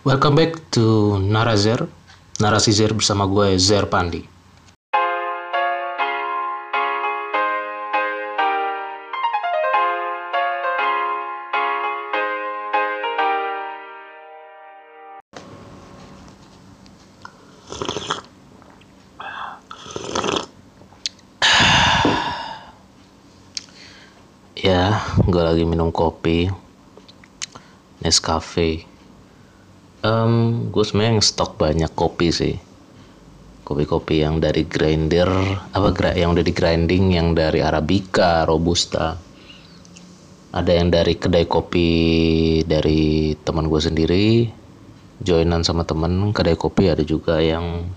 Welcome back to Narasi Zer bersama gue Zer Pandi. Ya, gue lagi minum kopi Nescafe. Gue sebenarnya stok banyak kopi sih. Kopi-kopi yang dari grinder, yang udah di grinding, yang dari Arabica, Robusta. Ada yang dari kedai kopi dari teman gue sendiri, joinan sama temen kedai kopi. Ada juga yang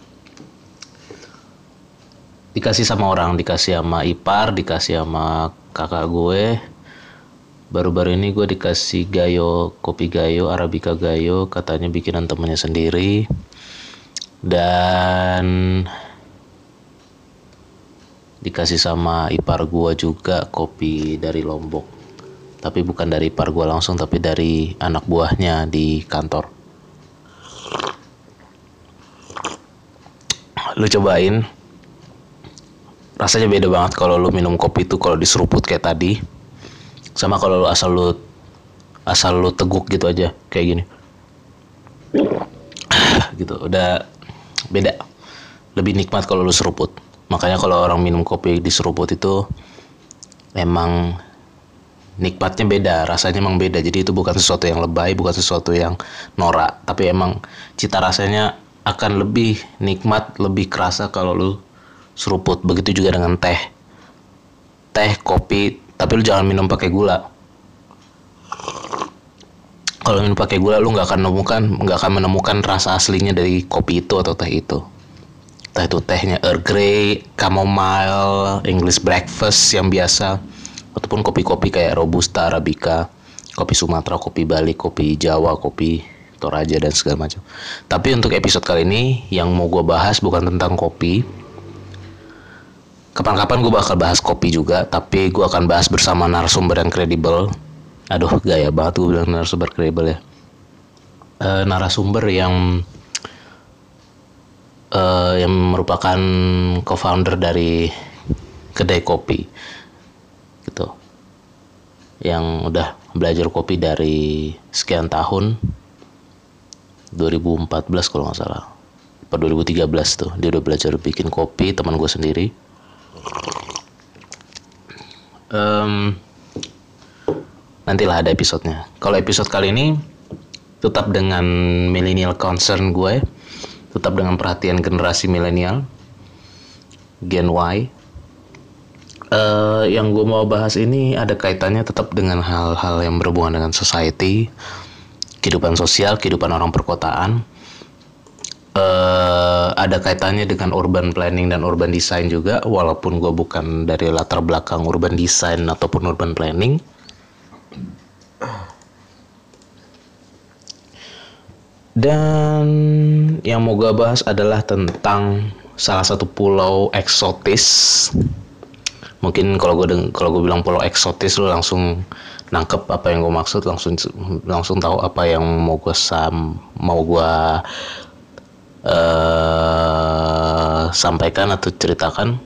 dikasih sama orang, dikasih sama ipar, dikasih sama kakak gue. Baru-baru ini gue dikasih kopi Gayo, Arabica Gayo, katanya bikinan temennya sendiri. Dan dikasih sama ipar gue juga kopi dari Lombok. Tapi bukan dari ipar gue langsung, tapi dari anak buahnya di kantor. Lu cobain. Rasanya beda banget kalau lu minum kopi itu kalau diseruput kayak tadi, sama kalau lu asal lu teguk gitu aja kayak gini gitu, udah beda. Lebih nikmat kalau lu seruput. Makanya kalau orang minum kopi diseruput itu emang nikmatnya beda, rasanya emang beda. Jadi itu bukan sesuatu yang lebay, bukan sesuatu yang norak, tapi emang cita rasanya akan lebih nikmat, lebih kerasa kalau lu seruput. Begitu juga dengan teh, kopi, tapi lu jangan minum pakai gula. Kalau minum pakai gula lu nggak akan menemukan rasa aslinya dari kopi itu atau teh itu. Entah itu tehnya Earl Grey, Chamomile, English Breakfast yang biasa, ataupun kopi-kopi kayak Robusta, Arabica, kopi Sumatera, kopi Bali, kopi Jawa, kopi Toraja dan segala macam. Tapi untuk episode kali ini yang mau gue bahas bukan tentang kopi. Kapan-kapan gue bakal bahas kopi juga, tapi gue akan bahas bersama narasumber yang kredibel. Aduh, gaya banget gue bilang narasumber kredibel ya. Narasumber yang merupakan co-founder dari kedai kopi gitu, yang udah belajar kopi dari sekian tahun, 2014 kalau nggak salah, atau 2013 tuh dia udah belajar bikin kopi, teman gue sendiri. Nantilah ada episodenya. Kalau episode kali ini tetap dengan millennial concern gue, tetap dengan perhatian generasi milenial, Gen Y. Yang gue mau bahas ini ada kaitannya tetap dengan hal-hal yang berhubungan dengan society, kehidupan sosial, kehidupan orang perkotaan. Ada kaitannya dengan urban planning dan urban design juga, walaupun gue bukan dari latar belakang urban design ataupun urban planning. Dan yang mau gue bahas adalah tentang salah satu pulau eksotis. Mungkin kalau gue bilang pulau eksotis, lu langsung nangkep apa yang gue maksud, langsung tahu apa yang mau gue sampaikan atau ceritakan.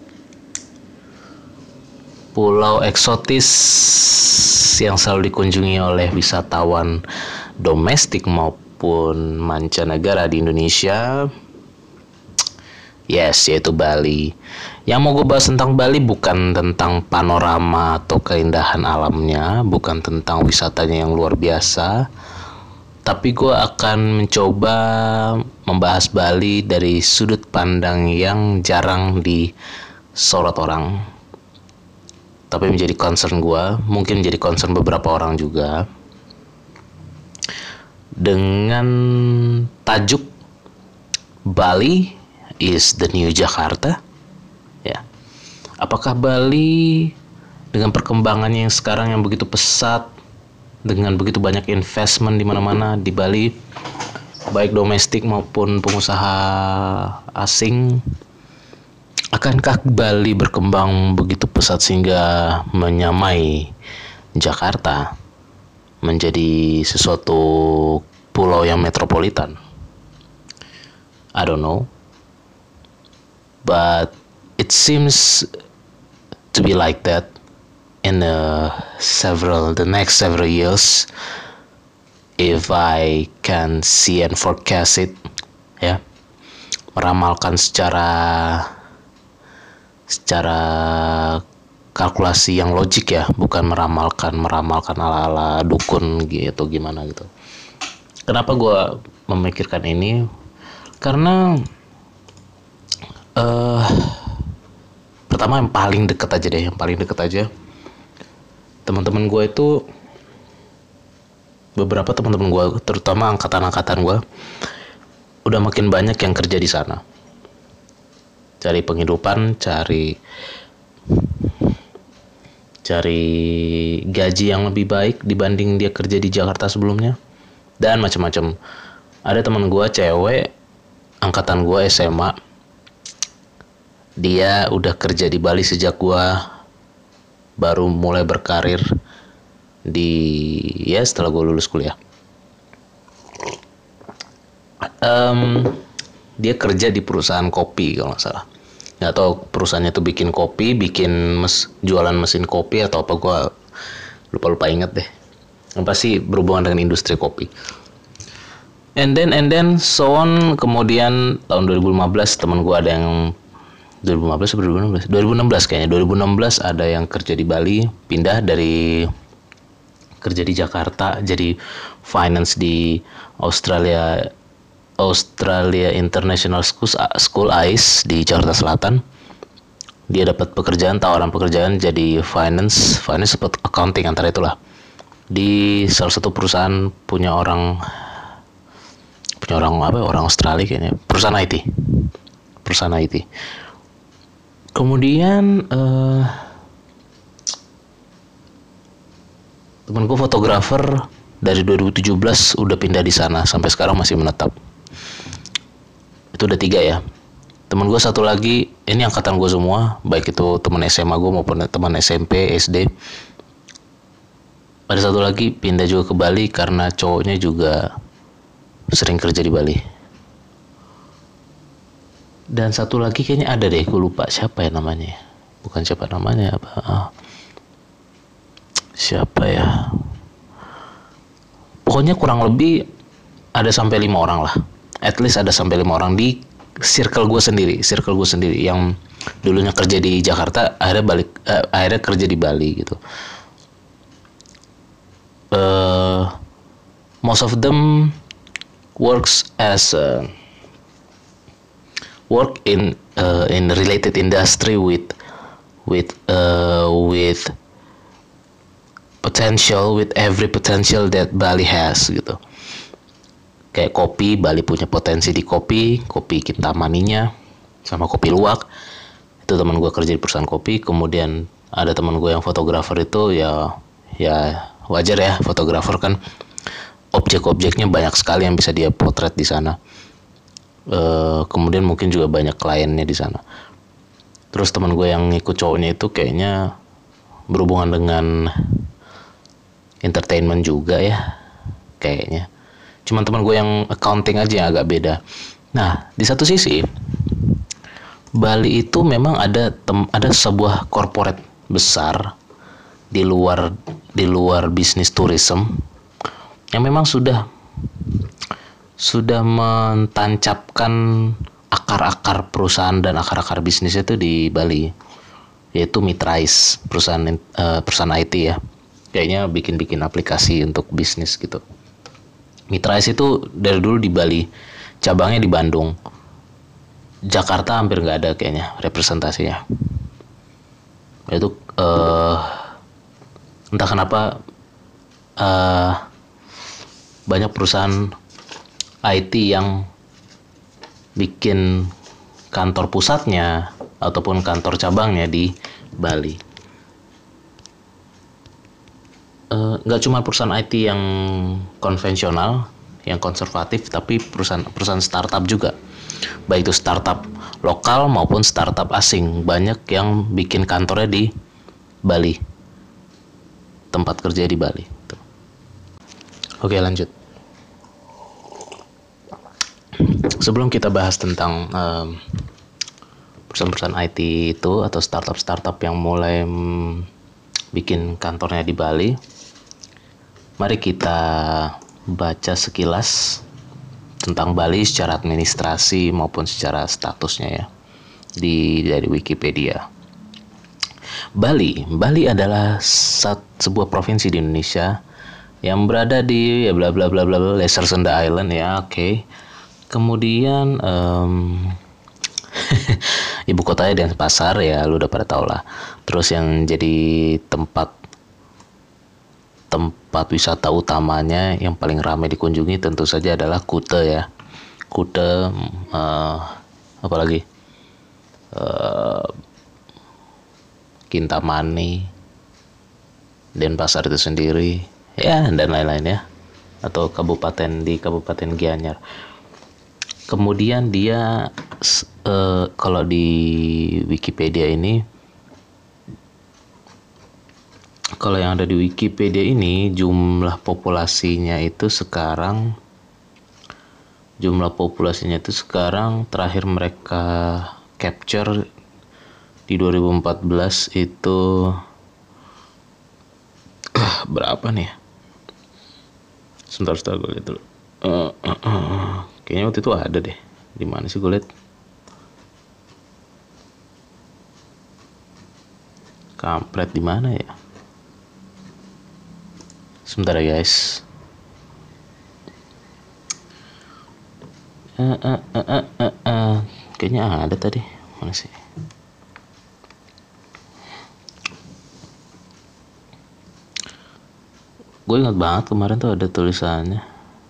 Pulau eksotis yang selalu dikunjungi oleh wisatawan domestik maupun mancanegara di Indonesia, yaitu Bali. Yang mau gue bahas tentang Bali bukan tentang panorama atau keindahan alamnya, bukan tentang wisatanya yang luar biasa, tapi gue akan mencoba membahas Bali dari sudut pandang yang jarang disorot orang, tapi menjadi concern gue, mungkin menjadi concern beberapa orang juga, dengan tajuk Bali is the new Jakarta. Ya, apakah Bali dengan perkembangannya yang sekarang yang begitu pesat, dengan begitu banyak investment di mana-mana di Bali, baik domestik maupun pengusaha asing, akankah Bali berkembang begitu pesat sehingga menyamai Jakarta, menjadi sesuatu pulau yang metropolitan. I don't know, but it seems to be like that in the next several years, if I can see and forecast it, ya, meramalkan secara kalkulasi yang logik ya, bukan meramalkan ala-ala dukun gitu gimana gitu. Kenapa gue memikirkan ini? Karena pertama yang paling deket aja, teman-teman gue itu, beberapa teman-teman gue, terutama angkatan gue, udah makin banyak yang kerja di sana, cari penghidupan, cari gaji yang lebih baik dibanding dia kerja di Jakarta sebelumnya, dan macam-macam. Ada teman gue cewek, angkatan gue SMA, dia udah kerja di Bali sejak gue baru mulai berkarir setelah gue lulus kuliah. Dia kerja di perusahaan kopi kalau nggak salah. Nggak tahu perusahaannya tuh bikin kopi, jualan mesin kopi atau apa, gue lupa inget deh. Yang pasti berhubungan dengan industri kopi. And then so on. Kemudian tahun 2015 teman gue ada yang 2016 kayaknya. 2016 ada yang kerja di Bali, pindah dari kerja di Jakarta jadi finance di Australia International School AIS di Jakarta Selatan. Dia dapat tawaran pekerjaan jadi finance atau accounting, antara itulah, di salah satu perusahaan punya orang Australia kayaknya, perusahaan IT. Kemudian temanku fotografer dari 2017 udah pindah di sana, sampai sekarang masih menetap. Itu udah 3 ya. Temen gue satu lagi, ini angkatan gue semua, baik itu teman SMA gue maupun teman SMP, SD. Ada satu lagi pindah juga ke Bali karena cowoknya juga sering kerja di Bali. Dan satu lagi kayaknya ada deh, gue lupa siapa ya namanya. Siapa ya? Pokoknya kurang lebih ada sampai 5 orang lah. At least ada sampai 5 orang di circle gue sendiri yang dulunya kerja di Jakarta, akhirnya kerja di Bali gitu. Most of them works as work in related industry with potential, with every potential that Bali has gitu. Kayak kopi, Bali punya potensi di kopi Kintamaninya sama kopi luwak. Itu teman gue kerja di perusahaan kopi. Kemudian ada teman gue yang fotografer, itu ya wajar ya, fotografer kan objek-objeknya banyak sekali yang bisa dia potret di sana. Kemudian mungkin juga banyak kliennya di sana. Terus teman gue yang ikut cowoknya itu kayaknya berhubungan dengan entertainment juga ya kayaknya. Cuman teman gue yang accounting aja yang agak beda. Nah, di satu sisi Bali itu memang ada sebuah corporate besar di luar bisnis tourism yang memang sudah mentancapkan akar-akar perusahaan dan akar-akar bisnis itu di Bali, yaitu Mitrais, perusahaan IT ya. Kayaknya bikin aplikasi untuk bisnis gitu. Mitrais itu dari dulu di Bali, cabangnya di Bandung. Jakarta hampir nggak ada kayaknya representasinya. Itu entah kenapa banyak perusahaan IT yang bikin kantor pusatnya ataupun kantor cabangnya di Bali. Nggak cuma perusahaan IT yang konvensional, yang konservatif, tapi perusahaan startup juga. Baik itu startup lokal maupun startup asing, banyak yang bikin kantornya di Bali, tempat kerja di Bali. Oke, lanjut. sebelum kita bahas tentang perusahaan-perusahaan IT itu atau startup yang mulai bikin kantornya di Bali, mari kita baca sekilas tentang Bali secara administrasi maupun secara statusnya ya dari Wikipedia. Bali adalah sebuah provinsi di Indonesia yang berada di bla bla bla bla Lesser Sunda Island ya, oke. Kemudian ibu kotanya Denpasar ya, lu udah pada tau lah. Terus yang jadi tempat wisata utamanya yang paling ramai dikunjungi tentu saja adalah Kuta ya. Kuta, apalagi Kintamani, Denpasar itu sendiri ya, dan lain-lain ya, atau Kabupaten Gianyar. Kemudian dia kalau di Wikipedia ini, kalau yang ada di Wikipedia ini, jumlah populasinya itu sekarang terakhir mereka capture di 2014 itu berapa nih ya? Sebentar gue lihat dulu. Kayaknya waktu itu ada deh. Di mana sih gue lihat? Kampret di mana ya? Sebentar ya guys. Kayaknya ada tadi. Mana sih? Gue ingat banget kemarin tuh ada tulisannya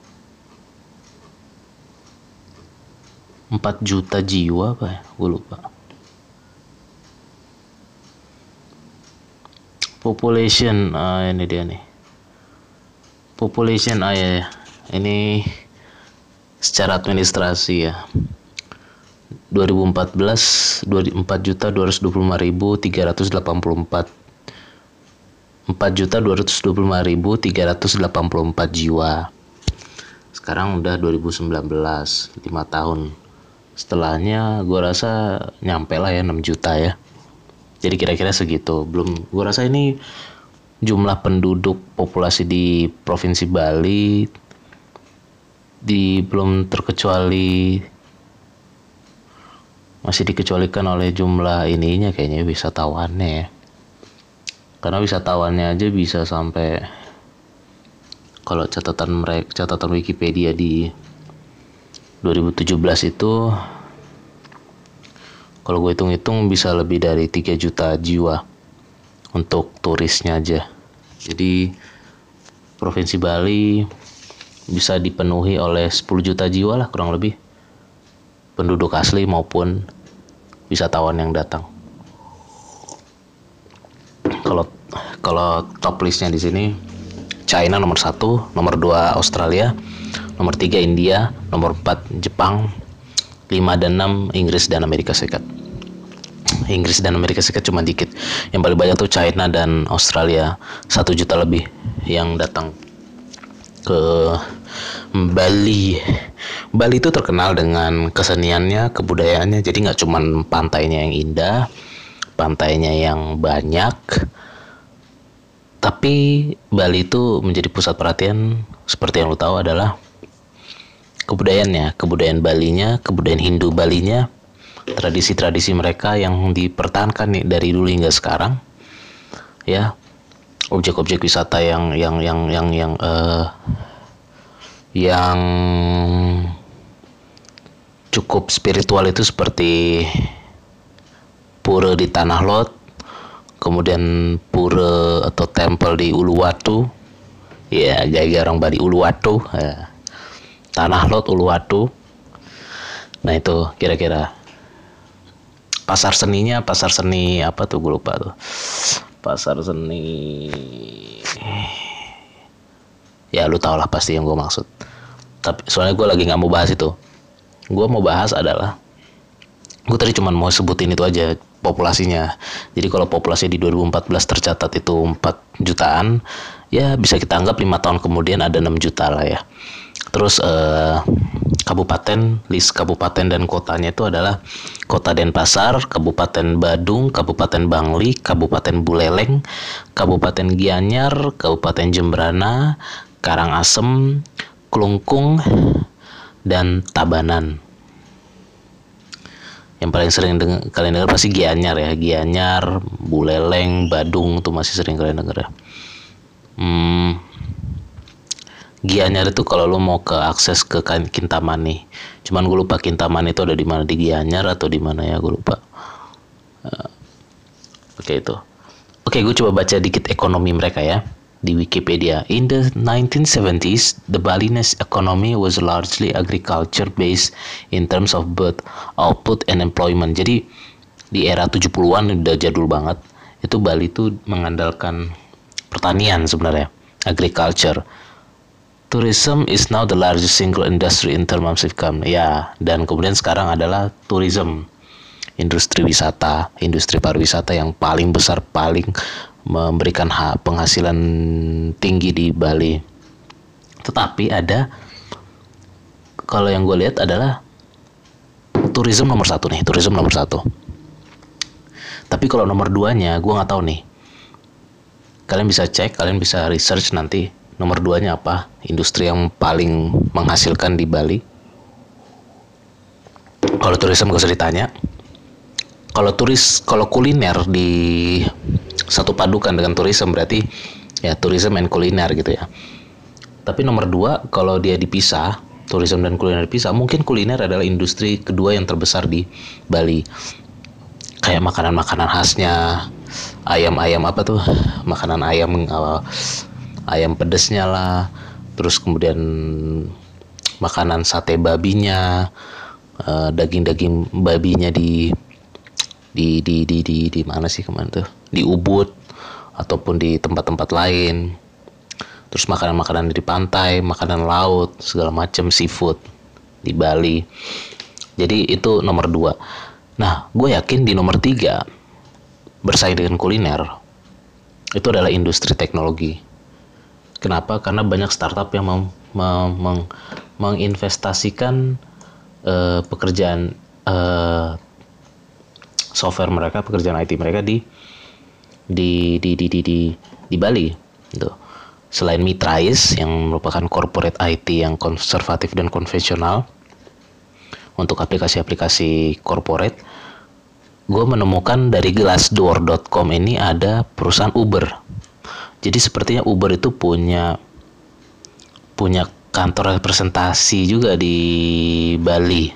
4 juta jiwa apa ya? Gue lupa. Population, ini dia nih. Population ya. Ini secara administrasi ya. 2014 4.225.384 4.225.384 jiwa. Sekarang udah 2019, 5 tahun setelahnya gue rasa nyampe lah ya 6 juta ya. Jadi kira-kira segitu. Gue rasa ini jumlah penduduk populasi di Provinsi Bali belum terkecuali, masih dikecualikan oleh jumlah ininya kayaknya, wisatawannya ya. Karena wisatawannya aja bisa sampai, kalau catatan Wikipedia di 2017 itu, kalau gue hitung-hitung bisa lebih dari 3 juta jiwa untuk turisnya aja. Jadi Provinsi Bali bisa dipenuhi oleh 10 juta jiwa lah kurang lebih, penduduk asli maupun wisatawan yang datang. Kalau top listnya di sini, China nomor 1, nomor 2 Australia, nomor 3 India, nomor 4 Jepang, 5 dan 6 Inggris dan Amerika Serikat. Inggris dan Amerika Serikat cuma dikit. Yang paling banyak tuh China dan Australia, 1 juta lebih yang datang ke Bali. Bali itu terkenal dengan keseniannya, kebudayaannya. Jadi nggak cuma pantainya yang indah, pantainya yang banyak, tapi Bali itu menjadi pusat perhatian, seperti yang lo tahu, adalah kebudayaan Balinya, kebudayaan Hindu Balinya, tradisi-tradisi mereka yang dipertahankan nih dari dulu hingga sekarang ya. Objek-objek wisata yang cukup spiritual itu seperti pura di Tanah Lot, kemudian pura atau temple di Uluwatu ya, gaya orang Bali, Uluwatu ya. Tanah Lot, Uluwatu. Nah itu kira-kira. Pasar seni apa tuh, gue lupa tuh. Pasar seni ya, lu tau lah pasti yang gue maksud. Tapi soalnya gue lagi nggak mau bahas itu. Gue mau bahas adalah, gue tadi cuma mau sebutin itu aja populasinya. Jadi kalau populasi di 2014 tercatat itu 4 jutaan, ya bisa kita anggap 5 tahun kemudian ada 6 juta lah ya. Terus kabupaten, list kabupaten dan kotanya itu adalah Kota Denpasar, Kabupaten Badung, Kabupaten Bangli, Kabupaten Buleleng, Kabupaten Gianyar, Kabupaten Jembrana, Karangasem, Klungkung, dan Tabanan. Yang paling sering kalian dengar pasti Gianyar ya, Gianyar, Buleleng, Badung tuh masih sering kalian dengar ya. Gianyar itu kalau lo mau ke akses ke Kintamani, cuman gue lupa Kintamani itu ada di mana, di Gianyar atau di mana ya, gue lupa. Oke, itu. Oke, gue coba baca dikit ekonomi mereka ya di Wikipedia. In the 1970s, the Balinese economy was largely agriculture based in terms of both output and employment. Jadi di era 70-an udah jadul banget. Itu Bali tuh mengandalkan pertanian sebenarnya, agriculture. Tourism is now the largest single industry in terms of income. Ya, dan kemudian sekarang adalah tourism, industri wisata, industri pariwisata yang paling besar, paling memberikan penghasilan tinggi di Bali. Tetapi ada, kalau yang gue lihat adalah tourism nomor satu nih, tourism nomor satu. Tapi kalau nomor duanya, gue nggak tahu nih. Kalian bisa cek, kalian bisa research nanti. Nomor duanya apa? Industri yang paling menghasilkan di Bali. Kalau tourism gak usah ditanya. Kalau kuliner di satu padukan dengan tourism berarti ya tourism and kuliner gitu ya. Tapi nomor dua kalau dia dipisah, tourism dan kuliner dipisah, mungkin kuliner adalah industri kedua yang terbesar di Bali. Kayak makanan-makanan khasnya, ayam-ayam apa tuh? Makanan ayam pedesnya lah, terus kemudian makanan sate babinya, daging-daging babinya di mana sih kemana tuh, di Ubud ataupun di tempat-tempat lain. Terus makanan-makanan di pantai, makanan laut, segala macam seafood di Bali. Jadi itu nomor 2. Nah, gue yakin di nomor 3 bersaing dengan kuliner itu adalah industri teknologi. Kenapa? Karena banyak startup yang menginvestasikan pekerjaan software mereka, pekerjaan IT mereka di Bali. Gitu. Selain Mitrais yang merupakan corporate IT yang konservatif dan konvensional untuk aplikasi-aplikasi corporate, gue menemukan dari Glassdoor.com ini ada perusahaan Uber. Jadi sepertinya Uber itu punya kantor representasi juga di Bali.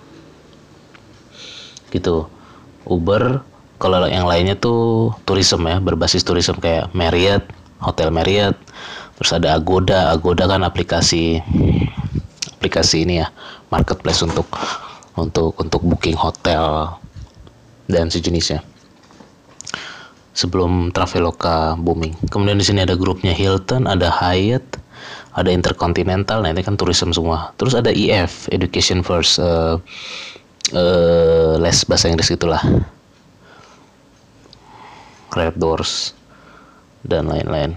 Gitu. Uber, kalau yang lainnya tuh tourism ya, berbasis tourism kayak Marriott, Hotel Marriott. Terus ada Agoda. Agoda kan aplikasi ini ya, marketplace untuk booking hotel dan sejenisnya. Sebelum Traveloka booming. Kemudian di sini ada grupnya Hilton, ada Hyatt, ada Intercontinental. Nah, ini kan tourism semua. Terus ada EF, Education First, les bahasa Inggris gitulah. Red Doors dan lain-lain.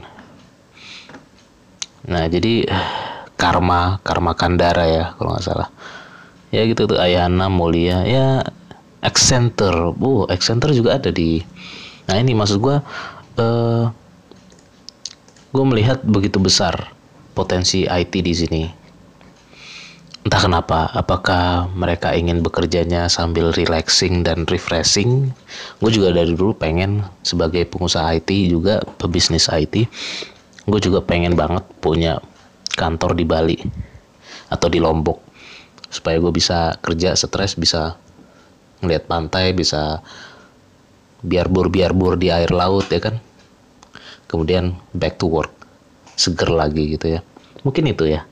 Nah, jadi Karma Kandara ya kalau nggak salah. Ya gitu tuh, Ayana, Mulia, ya Accenture. Accenture juga ada di. Nah, ini maksud gue melihat begitu besar potensi IT di sini. Entah kenapa, apakah mereka ingin bekerjanya sambil relaxing dan refreshing. Gue juga dari dulu pengen sebagai pengusaha IT juga, pebisnis IT, gue juga pengen banget punya kantor di Bali atau di Lombok, supaya gue bisa kerja stres, bisa ngeliat pantai, bisa biarbur di air laut ya kan, kemudian back to work, seger lagi gitu ya. Mungkin itu ya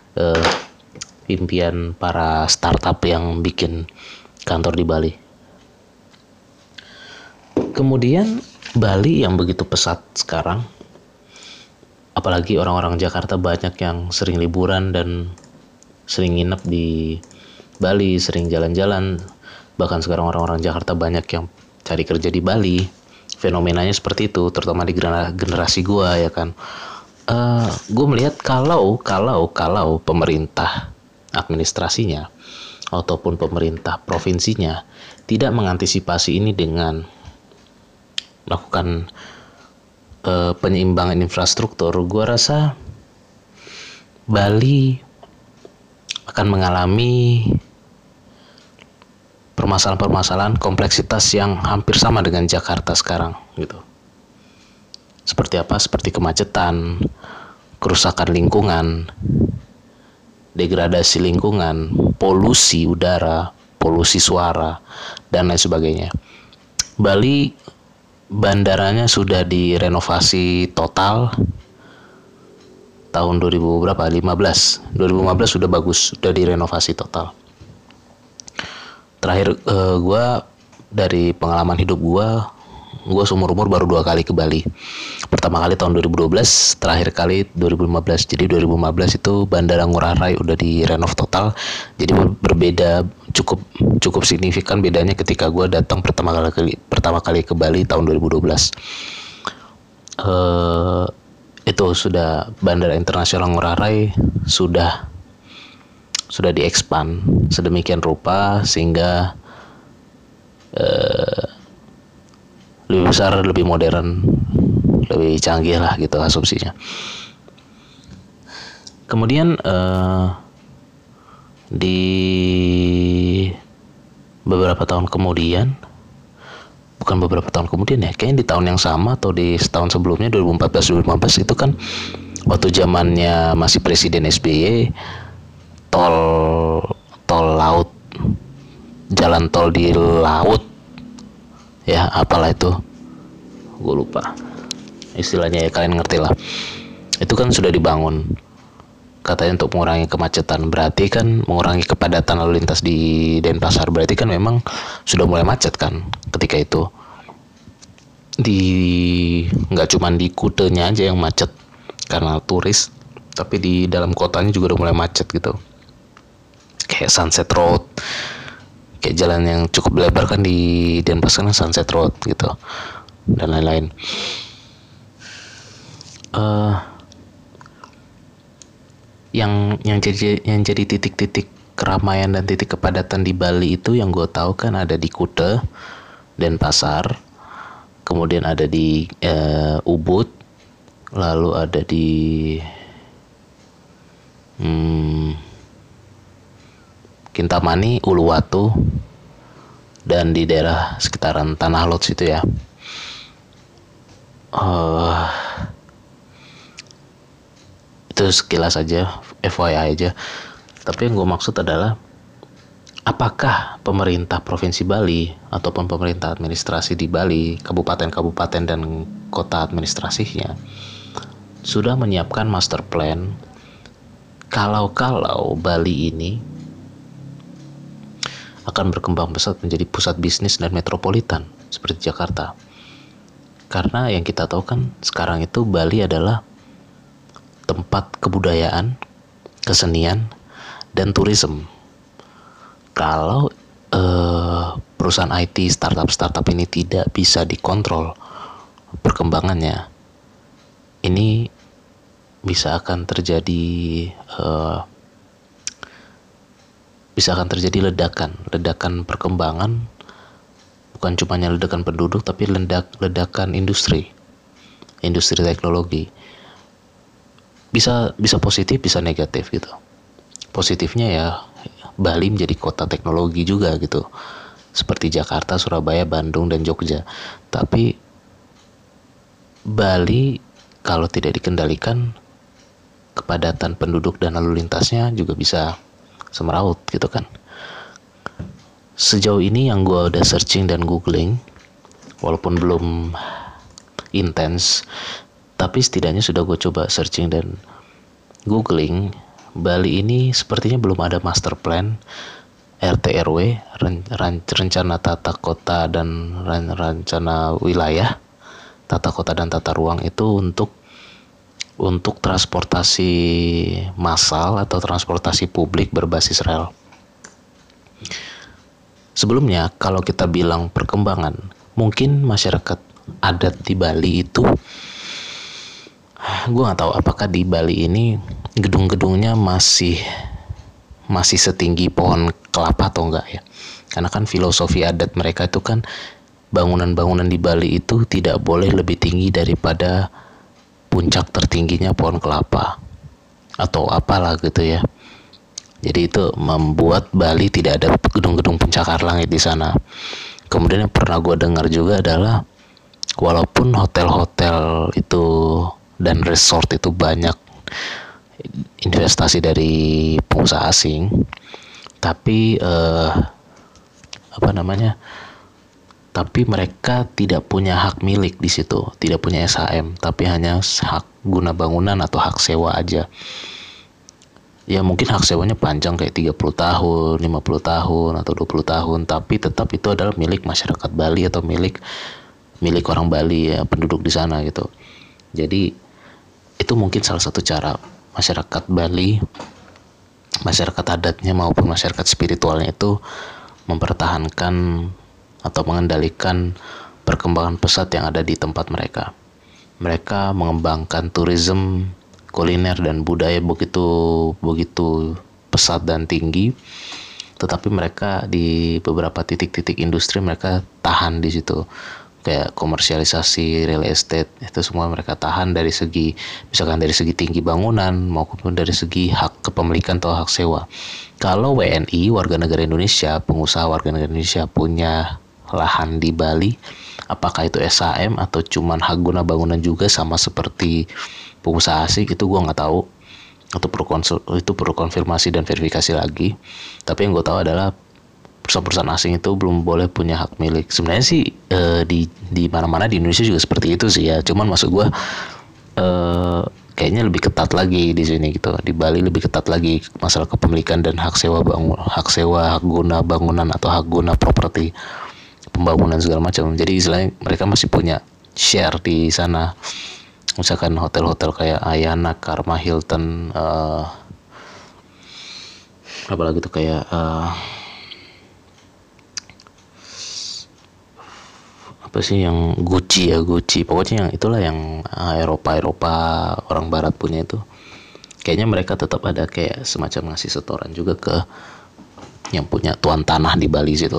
impian para startup yang bikin kantor di Bali. Kemudian Bali yang begitu pesat sekarang, apalagi orang-orang Jakarta banyak yang sering liburan dan sering nginep di Bali, sering jalan-jalan. Bahkan sekarang orang-orang Jakarta banyak yang cari kerja di Bali. Fenomenanya seperti itu, terutama di generasi gue ya kan. Gue melihat kalau pemerintah administrasinya ataupun pemerintah provinsinya tidak mengantisipasi ini dengan melakukan penyeimbangan infrastruktur, gua rasa Bali akan mengalami permasalahan-permasalahan kompleksitas yang hampir sama dengan Jakarta sekarang gitu. Seperti apa? Seperti kemacetan, kerusakan lingkungan, degradasi lingkungan, polusi udara, polusi suara, dan lain sebagainya. Bali bandaranya sudah direnovasi total tahun 2015 sudah bagus, sudah direnovasi total. Terakhir gue dari pengalaman hidup gue seumur umur baru 2 kali ke Bali. Pertama kali tahun 2012, terakhir kali 2015. Jadi 2015 itu Bandara Ngurah Rai udah direnov total. Jadi berbeda cukup signifikan bedanya ketika gue datang pertama kali ke Bali tahun 2012. Itu sudah Bandara Internasional Ngurah Rai sudah diekspan sedemikian rupa sehingga lebih besar, lebih modern, lebih canggih lah gitu asumsinya. Kemudian di beberapa tahun kemudian, bukan beberapa tahun kemudian ya, kayaknya di tahun yang sama atau di setahun sebelumnya 2014-2015 itu kan waktu zamannya masih Presiden SBY, tol laut, jalan tol di laut ya, apalah itu, gue lupa istilahnya ya, kalian ngerti lah. Itu kan sudah dibangun katanya untuk mengurangi kemacetan, berarti kan mengurangi kepadatan lalu lintas di Denpasar, berarti kan memang sudah mulai macet kan ketika itu. Nggak cuma di Kutenya aja yang macet karena turis, tapi di dalam kotanya juga udah mulai macet gitu, kayak Sunset Road, kayak jalan yang cukup lebar kan di Denpasar kan Sunset Road gitu, dan lain-lain. Yang jadi titik-titik keramaian dan titik kepadatan di Bali itu yang gue tahu kan ada di Kuta, Denpasar, kemudian ada di Ubud, lalu ada di Kintamani, Uluwatu, dan di daerah sekitaran Tanah Lot situ ya. Itu sekilas aja, FYI aja. Tapi yang gue maksud adalah, apakah pemerintah Provinsi Bali ataupun pemerintah administrasi di Bali, kabupaten-kabupaten dan kota administrasinya sudah menyiapkan master plan kalau Bali ini akan berkembang pesat menjadi pusat bisnis dan metropolitan seperti Jakarta. Karena yang kita tahu kan sekarang itu Bali adalah tempat kebudayaan, kesenian, dan turisme. Kalau perusahaan IT, startup ini tidak bisa dikontrol perkembangannya, ini bisa akan terjadi ledakan perkembangan, bukan cuma ledakan penduduk tapi ledakan industri teknologi. Bisa positif, bisa negatif gitu. Positifnya ya Bali menjadi kota teknologi juga gitu, seperti Jakarta, Surabaya, Bandung, dan Jogja. Tapi Bali kalau tidak dikendalikan, kepadatan penduduk dan lalu lintasnya juga bisa semeraut gitu kan. Sejauh ini yang gue udah searching dan googling, walaupun belum intens, tapi setidaknya sudah gue coba searching dan googling, Bali ini sepertinya belum ada master plan, RT RW, rencana tata kota dan rencana wilayah, tata kota dan tata ruang itu untuk transportasi massal atau transportasi publik berbasis rel. Sebelumnya kalau kita bilang perkembangan, mungkin masyarakat adat di Bali itu, gue nggak tahu apakah di Bali ini gedung-gedungnya masih masih setinggi pohon kelapa atau enggak ya. Karena kan filosofi adat mereka itu kan bangunan-bangunan di Bali itu tidak boleh lebih tinggi daripada puncak tertingginya pohon kelapa atau apalah gitu ya. Jadi itu membuat Bali tidak ada gedung-gedung pencakar langit di sana. Kemudian yang pernah gue dengar juga adalah walaupun hotel-hotel itu dan resort itu banyak investasi dari pengusaha asing, tapi tapi mereka tidak punya hak milik di situ, tidak punya SHM, tapi hanya hak guna bangunan atau hak sewa aja. Ya mungkin hak sewanya panjang kayak 30 tahun, 50 tahun atau 20 tahun, tapi tetap itu adalah milik masyarakat Bali atau milik orang Bali ya, penduduk di sana gitu. Jadi itu mungkin salah satu cara masyarakat Bali, masyarakat adatnya maupun masyarakat spiritualnya itu mempertahankan atau mengendalikan perkembangan pesat yang ada di tempat mereka. Mereka mengembangkan tourism, kuliner dan budaya begitu pesat dan tinggi, tetapi mereka di beberapa titik-titik industri mereka tahan di situ, kayak komersialisasi real estate itu semua mereka tahan dari segi misalkan dari segi tinggi bangunan maupun dari segi hak kepemilikan atau hak sewa. Kalau WNI warga negara Indonesia, pengusaha warga negara Indonesia punya lahan di Bali, apakah itu SHM atau cuman hak guna bangunan juga sama seperti pengusaha asing, itu gue nggak tahu. Itu perlu konfirmasi dan verifikasi lagi. Tapi yang gue tahu adalah perusahaan-perusahaan asing itu belum boleh punya hak milik. Sebenarnya sih di mana-mana di Indonesia juga seperti itu sih ya. Cuman maksud gue kayaknya lebih ketat lagi di sini gitu. Di Bali lebih ketat lagi masalah kepemilikan dan hak sewa hak guna bangunan atau hak guna properti, pembangunan segala macam. Jadi istilahnya mereka masih punya share di sana. Misalkan hotel-hotel kayak Ayana, Karma, Hilton, apalagi tuh kayak apa sih yang Gucci, pokoknya yang itulah yang Eropa orang Barat punya itu. Kayaknya mereka tetap ada kayak semacam ngasih setoran juga ke yang punya tuan tanah di Bali situ.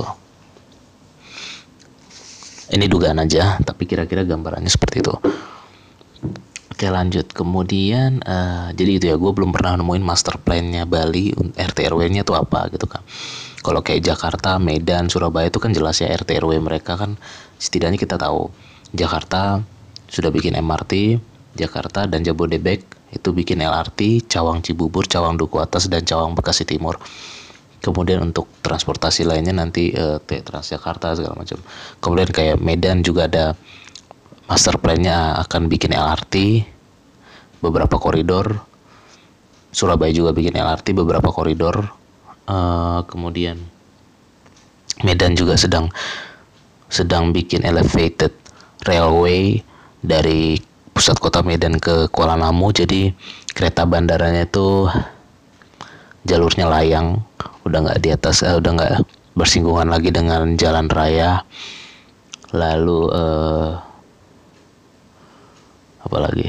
Ini dugaan aja, tapi kira-kira gambarannya seperti itu. Oke lanjut, kemudian jadi itu ya, gue belum pernah nemuin master plan-nya Bali, RT RW-nya tuh apa gitu kan. Kalau kayak Jakarta, Medan, Surabaya itu kan jelas ya RT RW mereka kan setidaknya kita tahu. Jakarta sudah bikin MRT, Jakarta dan Jabodebek itu bikin LRT, Cawang Cibubur, Cawang Duku Atas dan Cawang Bekasi Timur. Kemudian untuk transportasi lainnya nanti Transjakarta segala macam. Kemudian kayak Medan juga ada master plan-nya akan bikin LRT beberapa koridor. Surabaya juga bikin LRT beberapa koridor. Kemudian Medan juga sedang bikin elevated railway dari pusat kota Medan ke Kuala Namu. Jadi kereta bandaranya itu jalurnya layang, udah nggak di atas, udah nggak bersinggungan lagi dengan jalan raya. Lalu apalagi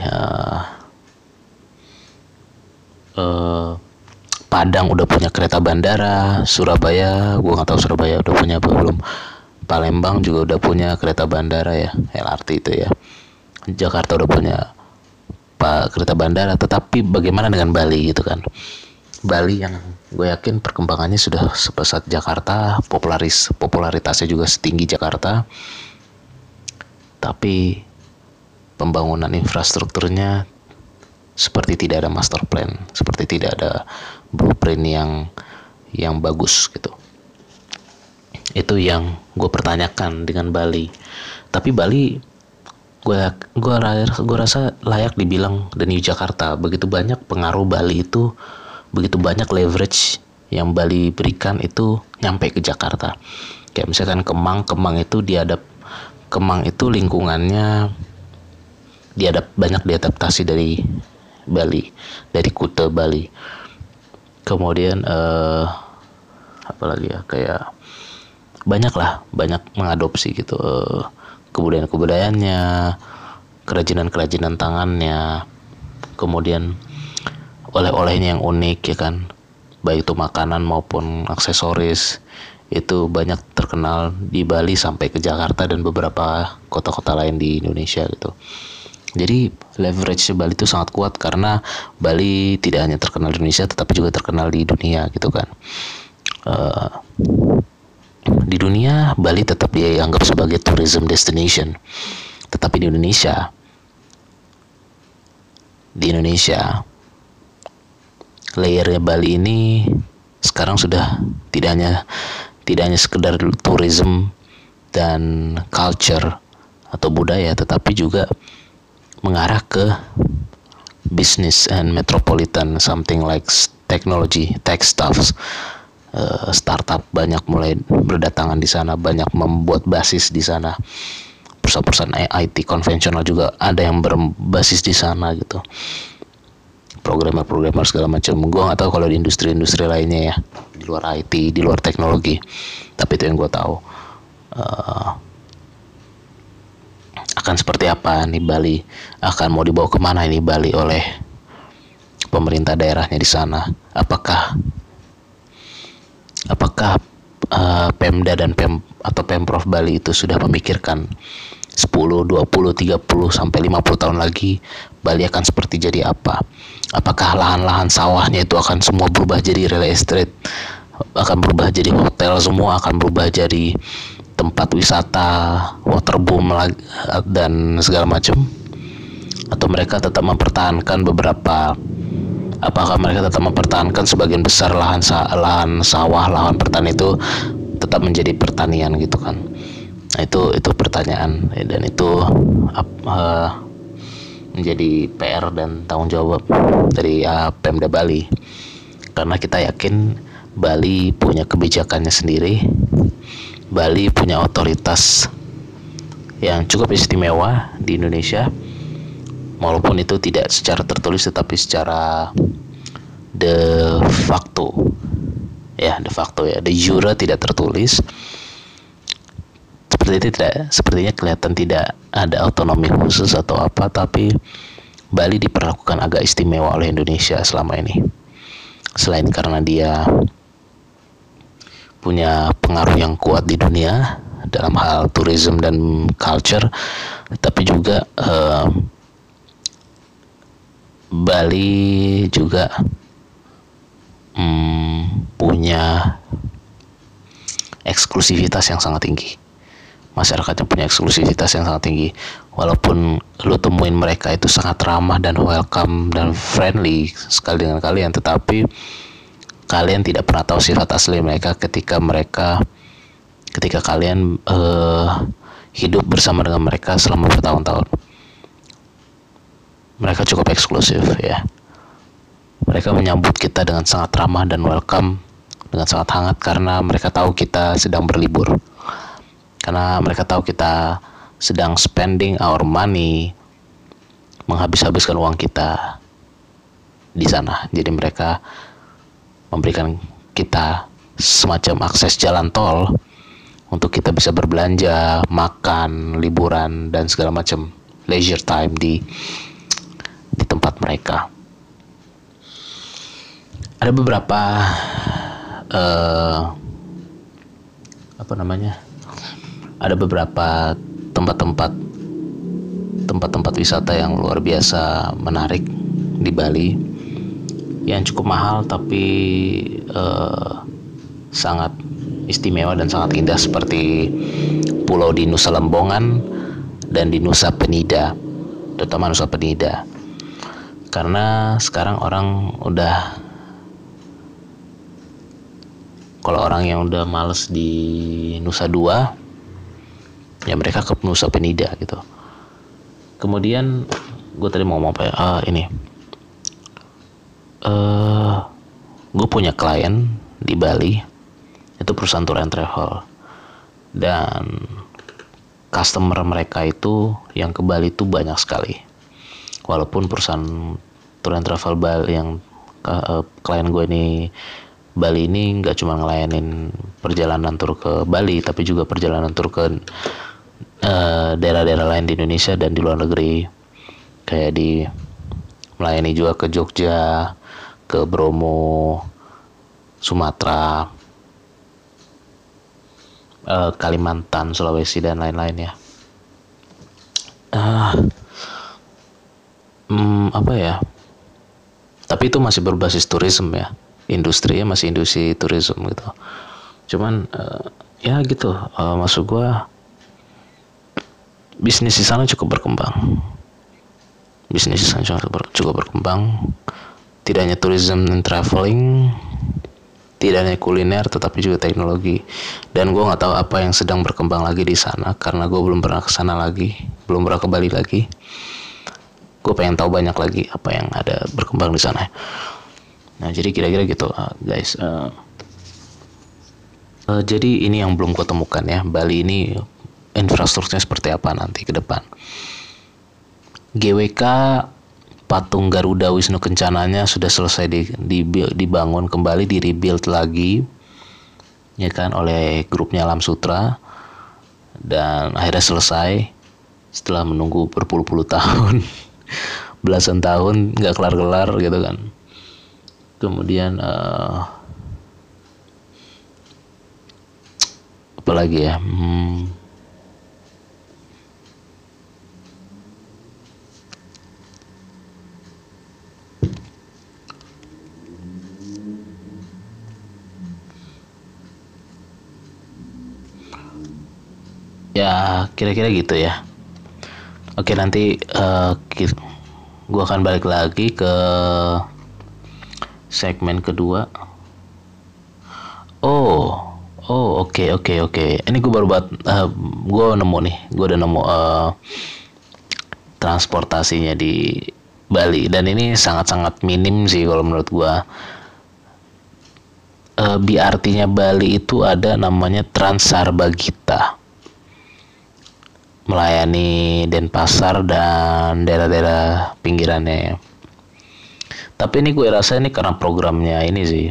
Padang udah punya kereta bandara, Surabaya gue nggak tahu Surabaya udah punya apa belum. Palembang juga udah punya kereta bandara ya, LRT itu ya. Jakarta udah punya kereta bandara, tetapi bagaimana dengan Bali gitu kan. Bali yang gue yakin perkembangannya sudah sepesat Jakarta, popularitasnya juga setinggi Jakarta, tapi pembangunan infrastrukturnya seperti tidak ada master plan, seperti tidak ada blueprint yang bagus gitu. Itu yang gue pertanyakan dengan Bali. Tapi Bali gue rasa layak dibilang the new Jakarta. Begitu banyak pengaruh Bali itu, begitu banyak leverage yang Bali berikan itu nyampe ke Jakarta. Kayak misalkan Kemang itu lingkungannya banyak diadaptasi dari Bali, dari Kuta Bali. Kemudian apalagi ya, kayak banyak mengadopsi gitu kebudayaannya, kerajinan tangannya, kemudian oleh-olehnya yang unik ya kan. baik itu makanan maupun aksesoris, itu banyak terkenal di Bali sampai ke Jakarta dan beberapa kota-kota lain di Indonesia gitu. Jadi leverage Bali itu sangat kuat karena Bali tidak hanya terkenal di Indonesia tetapi juga terkenal di dunia gitu kan. Di dunia Bali tetap dianggap sebagai tourism destination, tetapi di Indonesia layernya Bali ini sekarang sudah tidak hanya sekedar tourism dan culture atau budaya, tetapi juga mengarah ke business and metropolitan, something like technology, tech stuffs. Startup banyak mulai berdatangan di sana, banyak membuat basis di sana. Perusahaan-perusahaan IT konvensional juga ada yang berbasis di sana gitu. Programmer segala macam. Gue nggak tahu kalau di industri-industri lainnya ya, di luar IT, di luar teknologi. Tapi itu yang gue tahu. Akan seperti apa nih Bali? Akan mau dibawa kemana ini Bali oleh pemerintah daerahnya di sana? Apakah Pemda dan Pemprov Bali itu sudah memikirkan 10, 20, 30 sampai 50 tahun lagi Bali akan seperti jadi apa? Apakah lahan-lahan sawahnya itu akan semua berubah jadi real estate? Akan berubah jadi hotel semua, akan berubah jadi tempat wisata, waterboom dan segala macam? Atau mereka tetap mempertahankan apakah mereka tetap mempertahankan sebagian besar lahan sawah, lahan pertanian itu tetap menjadi pertanian gitu kan? Nah, itu pertanyaan, dan itu menjadi PR dan tanggung jawab dari Pemda Bali, karena kita yakin Bali punya kebijakannya sendiri. Bali punya otoritas yang cukup istimewa di Indonesia, walaupun itu tidak secara tertulis tetapi secara de facto ya, de jure tidak tertulis. Sepertinya kelihatan tidak ada otonomi khusus atau apa, tapi Bali diperlakukan agak istimewa oleh Indonesia selama ini. Selain karena dia punya pengaruh yang kuat di dunia dalam hal tourism dan culture, tapi juga Bali juga punya eksklusivitas yang sangat tinggi. Masyarakatnya punya eksklusivitas yang sangat tinggi. Walaupun lu temuin mereka itu sangat ramah dan welcome dan friendly sekali dengan kalian, tetapi kalian tidak pernah tahu sifat asli mereka ketika kalian hidup bersama dengan mereka selama bertahun-tahun. Mereka cukup eksklusif ya. Mereka menyambut kita dengan sangat ramah dan welcome, dengan sangat hangat, karena mereka tahu kita sedang berlibur. Karena mereka tahu kita sedang spending our money, menghabiskan uang kita di sana. Jadi mereka memberikan kita semacam akses jalan tol untuk kita bisa berbelanja, makan, liburan, dan segala macam leisure time di tempat mereka. Ada beberapa ada beberapa tempat-tempat wisata yang luar biasa menarik di Bali, yang cukup mahal tapi sangat istimewa dan sangat indah, seperti pulau di Nusa Lembongan dan di Nusa Penida, terutama Nusa Penida. Karena sekarang kalau orang yang udah males di Nusa Dua, ya mereka ke Nusa Penida gitu. Kemudian gue tadi mau ngomong apa ya? Gue punya klien di Bali, itu perusahaan tour and travel, dan customer mereka itu yang ke Bali itu banyak sekali. Walaupun perusahaan tour and travel Bali yang klien gue ini Bali ini nggak cuma ngelayanin perjalanan tur ke Bali, tapi juga perjalanan tur ke daerah-daerah lain di Indonesia dan di luar negeri, kayak melayani juga ke Jogja, ke Bromo, Sumatera, Kalimantan, Sulawesi dan lain-lain ya. Apa ya? Tapi itu masih berbasis turisme ya. Industrinya masih industri turisme gitu. Cuman ya gitu. Maksud gue bisnis di sana cukup berkembang. Tidak hanya tourism and traveling, tidak hanya kuliner, tetapi juga teknologi. Dan gue nggak tahu apa yang sedang berkembang lagi di sana karena gue belum pernah kesana lagi, belum pernah kembali lagi. Gue pengen tahu banyak lagi apa yang ada berkembang di sana. Nah jadi kira-kira gitu guys. Jadi ini yang belum gue temukan ya, Bali ini infrastrukturnya seperti apa nanti ke depan. GWK patung Garuda Wisnu Kencananya sudah selesai dibangun kembali, di-rebuild lagi ya kan oleh grupnya Alam Sutra, dan akhirnya selesai setelah menunggu berpuluh-puluh tahun belasan tahun nggak kelar-kelar gitu kan. Kemudian apa lagi ya, ya kira-kira gitu ya. Oke, nanti gue akan balik lagi ke segmen kedua. Oke. Ini gue baru gue udah nemu transportasinya di Bali, dan ini sangat-sangat minim sih kalau menurut gue. BRT-nya Bali itu ada namanya Transarbagita, melayani Denpasar dan daerah-daerah pinggirannya. Tapi ini gue rasa ini karena programnya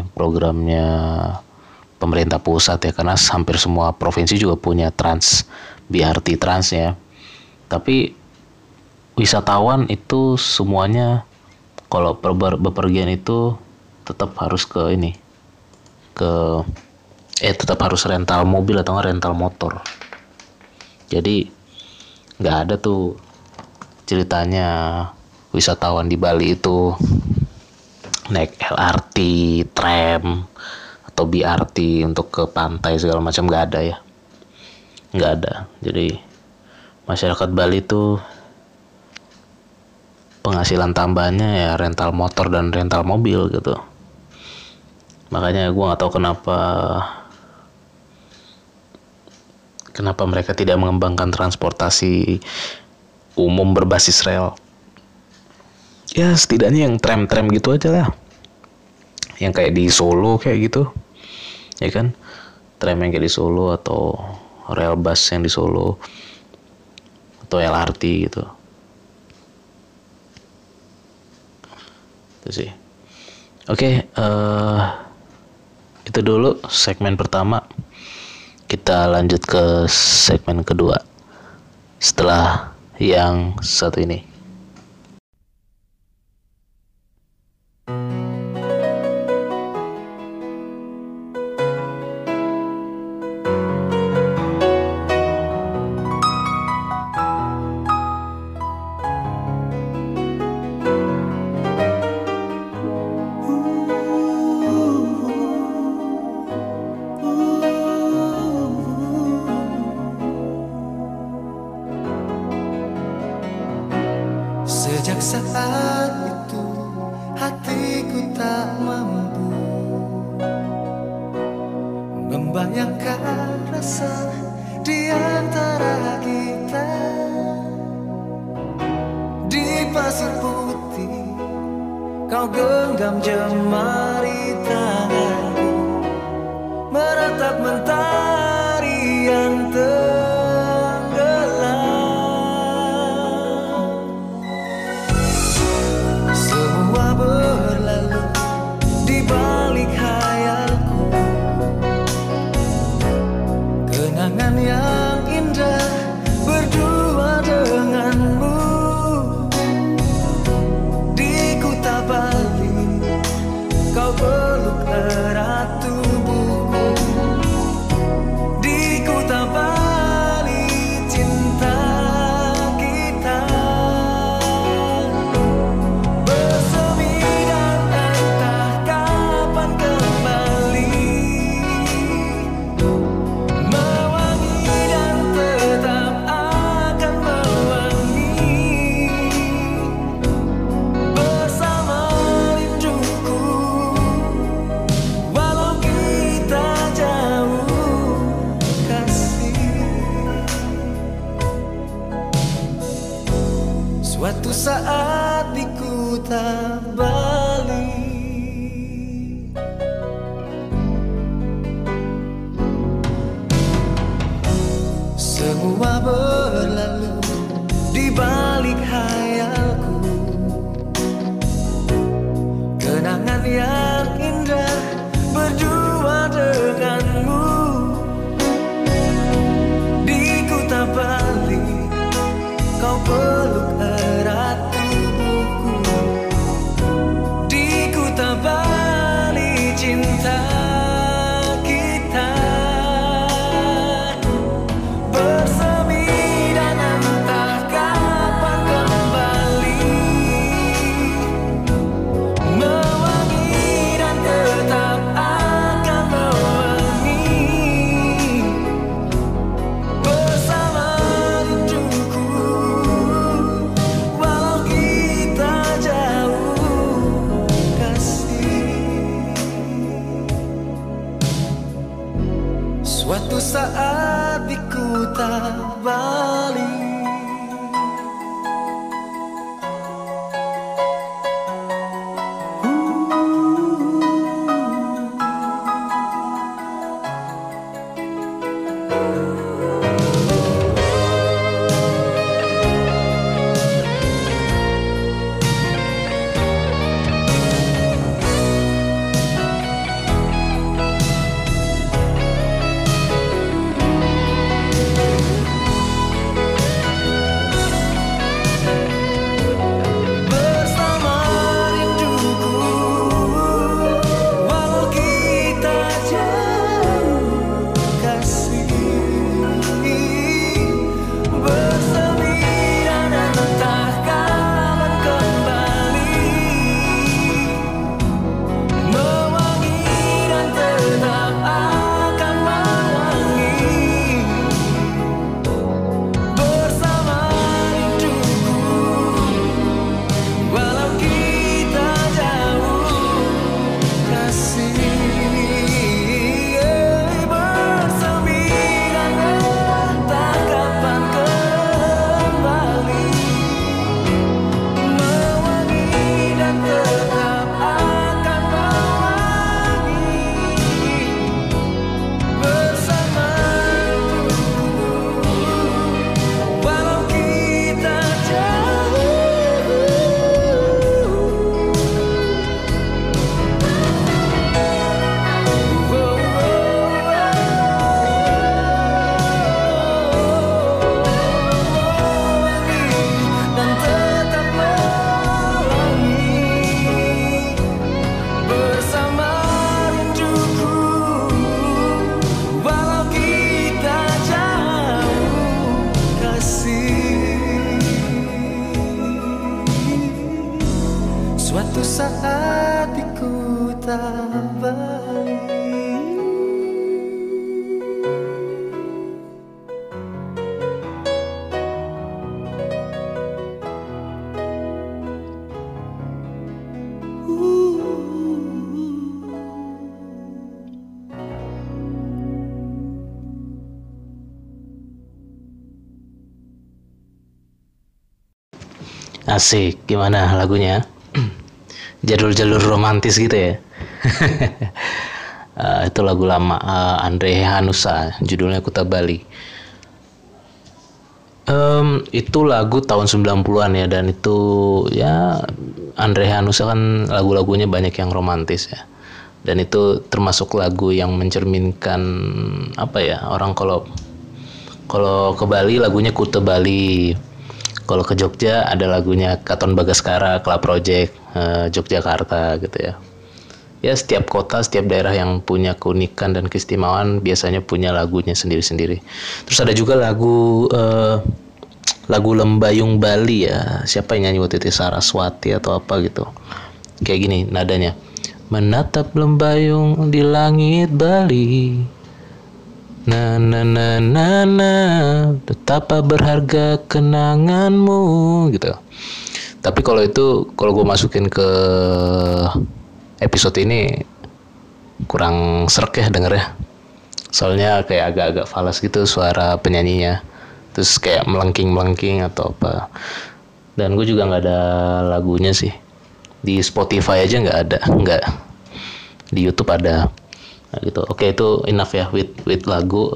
pemerintah pusat ya, karena hampir semua provinsi juga punya BRT Trans ya. Tapi wisatawan itu semuanya kalau bepergian itu tetap harus tetap harus rental mobil atau rental motor. Jadi nggak ada tuh ceritanya wisatawan di Bali itu naik LRT, tram, atau BRT untuk ke pantai segala macam, nggak ada ya, nggak ada. Jadi masyarakat Bali tuh penghasilan tambahnya ya rental motor dan rental mobil gitu. Makanya gue nggak tahu kenapa mereka tidak mengembangkan transportasi umum berbasis rel. Ya setidaknya yang tram-tram gitu aja lah, yang kayak di Solo kayak gitu ya kan, tram yang kayak di Solo atau rel bus yang di Solo atau LRT gitu. Itu sih. Oke, itu dulu segmen pertama. Kita lanjut ke segmen kedua setelah yang satu ini. Sejak saat itu hatiku tak mampu membayangkan rasa di antara kita. Di pasir putih kau genggam jemari tanganku, meratap mentari yang berlalu di balik khayalku, kenangan yang indah berdua denganmu. Di Kuta Bali kau peluk eratku, saat di Kuta Bali, semua berlalu di balik hayalku. Kenangan yang indah berdua denganmu di Kuta Bali. Kau peluk erat tubuhku di Kuta Bali, cinta kita bersemi dan entah kapan kembali, mewangi dan tetap akan mewangi bersama rinduku. Walau kita jauh kasih, suatu saat di Kuta Bali. Bersama rinduku, walau kita jauh kasih, bersemi dan entah kapan kembali, mewangi dan tetap akan mewangi bersama rinduku. Walau kita jauh kasih, bersemi dan entah kapan kembali, mewangi dan tetap akan mewangi bersama rinduku. Walau kita jauh, dan tetap mewangi bersama rinduku. Walau kita jauh kasih, suatu saat di Kuta Bali. Asik, gimana lagunya? Jalur-jalur romantis gitu ya. Itu lagu lama Andre Hanusa, judulnya Kuta Bali. Itu lagu tahun 90-an ya, dan itu ya Andre Hanusa kan lagu-lagunya banyak yang romantis ya. Dan itu termasuk lagu yang mencerminkan apa ya, orang kalau ke Bali lagunya Kuta Bali. Kalau ke Jogja ada lagunya Katon Bagaskara, Club Project, Yogyakarta gitu ya. Ya setiap kota, setiap daerah yang punya keunikan dan keistimewaan biasanya punya lagunya sendiri-sendiri. Terus ada juga lagu Lembayung Bali ya. Siapa yang nyanyi waktu itu, Saraswati atau apa gitu. Kayak gini nadanya. Menatap lembayung di langit Bali. Na na na na na, betapa berharga kenanganmu gitu. Tapi kalau gue masukin ke episode ini kurang srek ya denger ya. Soalnya kayak agak-agak falas gitu suara penyanyinya. Terus kayak melengking-melengking atau apa. Dan gue juga nggak ada lagunya sih. Di Spotify aja nggak ada, nggak. Di YouTube ada. Nah, gitu. Oke, itu enough ya with lagu.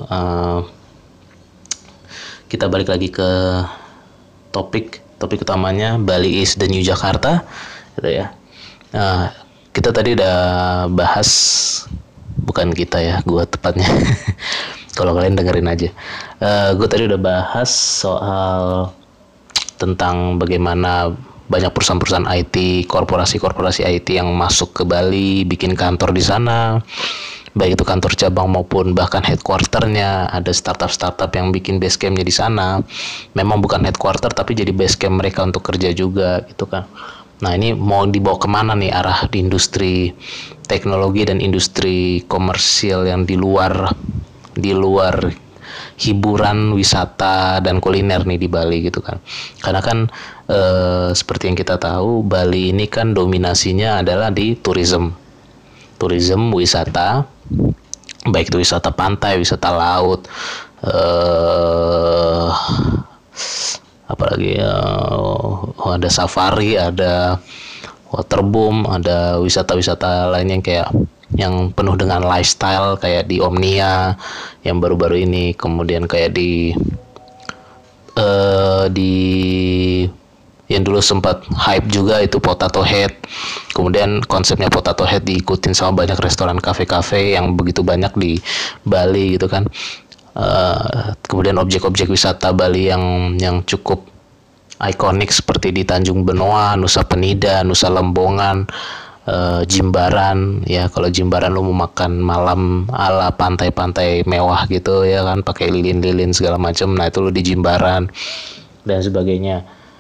Kita balik lagi ke topik utamanya, Bali is the new Jakarta, gitu ya. Nah, kita tadi udah bahas, bukan kita ya, gue tepatnya. Kalau kalian dengerin aja. Gue tadi udah bahas soal tentang bagaimana banyak perusahaan-perusahaan IT, korporasi-korporasi IT yang masuk ke Bali, bikin kantor di sana, baik itu kantor cabang maupun bahkan headquarternya. Ada startup yang bikin base campnya di sana. Memang bukan headquarter tapi jadi base camp mereka untuk kerja juga, gitu kan. Nah, ini mau dibawa kemana nih arah di industri teknologi dan industri komersial yang di luar hiburan, wisata, dan kuliner nih di Bali, gitu kan. Karena kan seperti yang kita tahu, Bali ini kan dominasinya adalah di turisme, wisata, baik itu wisata pantai, wisata laut, apalagi ada safari, ada waterboom, ada wisata-wisata lainnya kayak yang penuh dengan lifestyle kayak di Omnia yang baru-baru ini, kemudian kayak di yang dulu sempat hype juga itu Potato Head. Kemudian konsepnya Potato Head diikutin sama banyak restoran, kafe-kafe yang begitu banyak di Bali, gitu kan. Kemudian objek-objek wisata Bali yang cukup ikonik seperti di Tanjung Benoa, Nusa Penida, Nusa Lembongan, Jimbaran. Ya, kalau Jimbaran lu mau makan malam ala pantai-pantai mewah gitu ya kan, pakai lilin-lilin segala macam. Nah, itu lu di Jimbaran dan sebagainya.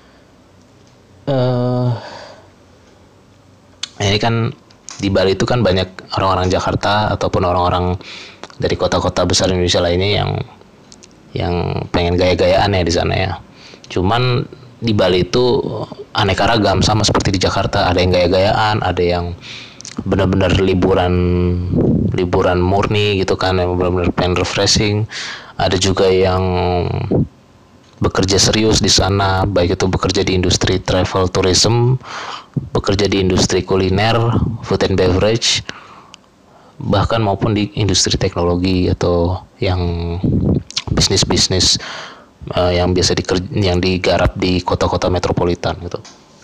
Ini kan di Bali itu kan banyak orang-orang Jakarta ataupun orang-orang dari kota-kota besar Indonesia lainnya yang pengen gaya-gayaan ya di sana ya. Cuman di Bali itu aneka ragam, sama seperti di Jakarta. Ada yang gaya-gayaan, ada yang benar-benar liburan murni gitu kan, yang benar-benar pengen refreshing. Ada juga yang bekerja serius di sana, baik itu bekerja di industri travel tourism, bekerja di industri kuliner, food and beverage, bahkan maupun di industri teknologi atau yang bisnis-bisnis yang biasa yang digarap di kota-kota metropolitan gitu.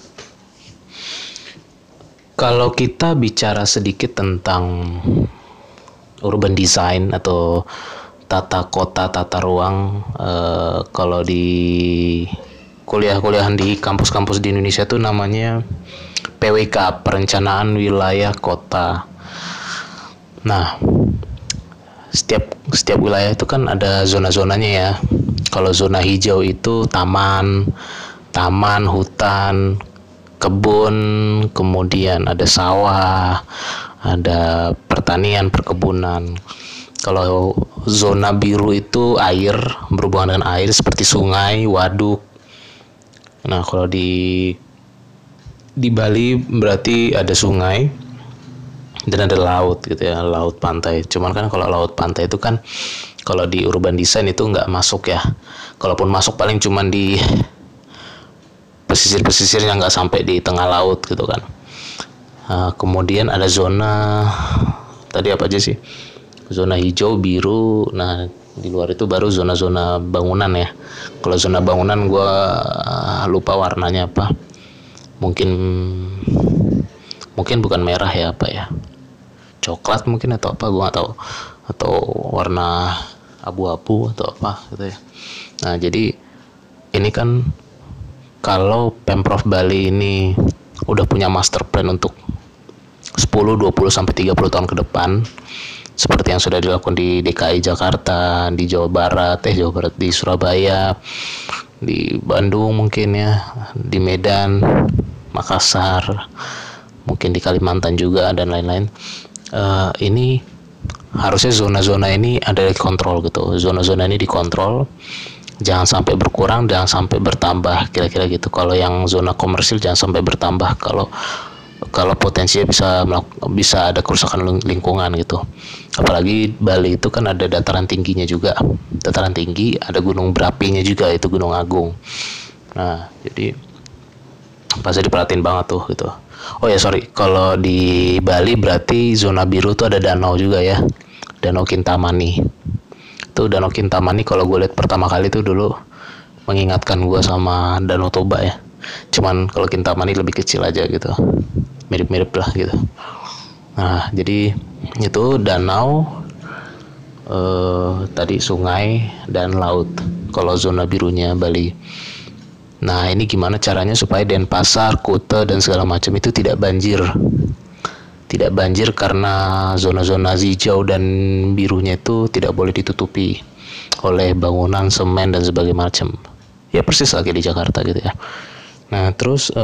Kalau kita bicara sedikit tentang urban design atau tata kota, tata ruang, kalau di kuliah-kuliahan di kampus-kampus di Indonesia tuh namanya PWK, Perencanaan Wilayah Kota. Nah, setiap wilayah itu kan ada zona-zonanya ya. Kalau zona hijau itu taman, hutan, kebun, kemudian ada sawah, ada pertanian, perkebunan. Kalau zona biru itu air, berhubungan dengan air seperti sungai, waduk. Nah, kalau di Bali berarti ada sungai dan ada laut gitu ya, laut pantai. Cuman kan kalau laut pantai itu kan kalau di urban design itu nggak masuk ya. Kalaupun masuk paling cuman di pesisir-pesisirnya, nggak sampai di tengah laut gitu kan. Kemudian ada zona tadi apa aja sih? Zona hijau, biru. Nah, di luar itu baru zona-zona bangunan ya. Kalau zona bangunan gue lupa warnanya apa. Mungkin bukan merah ya, apa ya? Coklat mungkin atau apa, gue nggak tahu. Atau warna abu-abu atau apa gitu ya. Nah, jadi ini kan kalau Pemprov Bali ini udah punya master plan untuk 10, 20 sampai 30 tahun ke depan, seperti yang sudah dilakukan di DKI Jakarta, di Jawa Barat di Surabaya, di Bandung mungkin ya, di Medan, Makassar, mungkin di Kalimantan juga dan lain-lain. Ini harusnya zona-zona ini ada dikontrol gitu. Zona-zona ini dikontrol, jangan sampai berkurang, jangan sampai bertambah, kira-kira gitu. Kalau yang zona komersil jangan sampai bertambah, kalau potensinya bisa ada kerusakan lingkungan gitu. Apalagi Bali itu kan ada dataran tingginya juga. Dataran tinggi, ada gunung berapinya juga, itu Gunung Agung. Nah, jadi pasti diperhatiin banget tuh gitu. Oh ya sorry, kalau di Bali berarti zona biru tuh ada danau juga ya, Danau Kintamani. Tuh Danau Kintamani kalau gue lihat pertama kali tuh dulu mengingatkan gue sama Danau Toba ya. Cuman kalau Kintamani lebih kecil aja gitu, mirip-mirip lah gitu. Nah jadi itu danau, tadi sungai dan laut kalau zona birunya Bali. Nah ini gimana caranya supaya Denpasar, Kuta dan segala macam itu tidak banjir. Tidak banjir karena zona-zona hijau dan birunya itu tidak boleh ditutupi oleh bangunan, semen dan sebagainya macam. Ya persis lagi di Jakarta gitu ya. Nah terus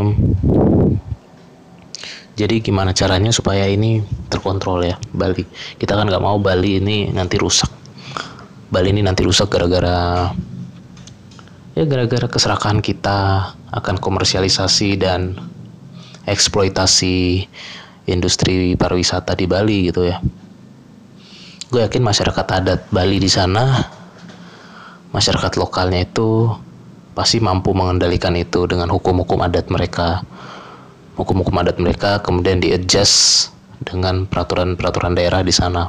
jadi gimana caranya supaya ini terkontrol ya Bali. Kita kan nggak mau Bali ini nanti rusak. Bali ini nanti rusak gara-gara keserakahan kita akan komersialisasi dan eksploitasi industri pariwisata di Bali gitu ya. Gue yakin masyarakat adat Bali di sana, masyarakat lokalnya itu pasti mampu mengendalikan itu dengan hukum-hukum adat mereka. Hukum-hukum adat mereka kemudian di-adjust dengan peraturan-peraturan daerah di sana.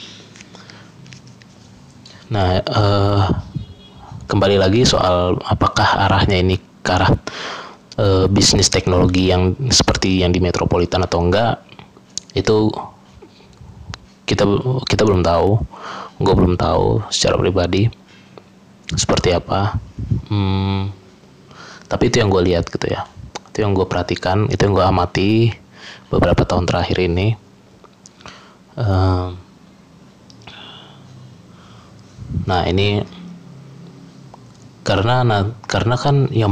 Nah, kembali lagi soal apakah arahnya ini ke arah bisnis teknologi yang seperti yang di metropolitan atau enggak, itu kita belum tahu. Gue belum tahu secara pribadi seperti apa. Tapi itu yang gue lihat gitu ya, itu yang gue perhatikan, itu yang gue amati beberapa tahun terakhir ini. Nah ini karena kan yang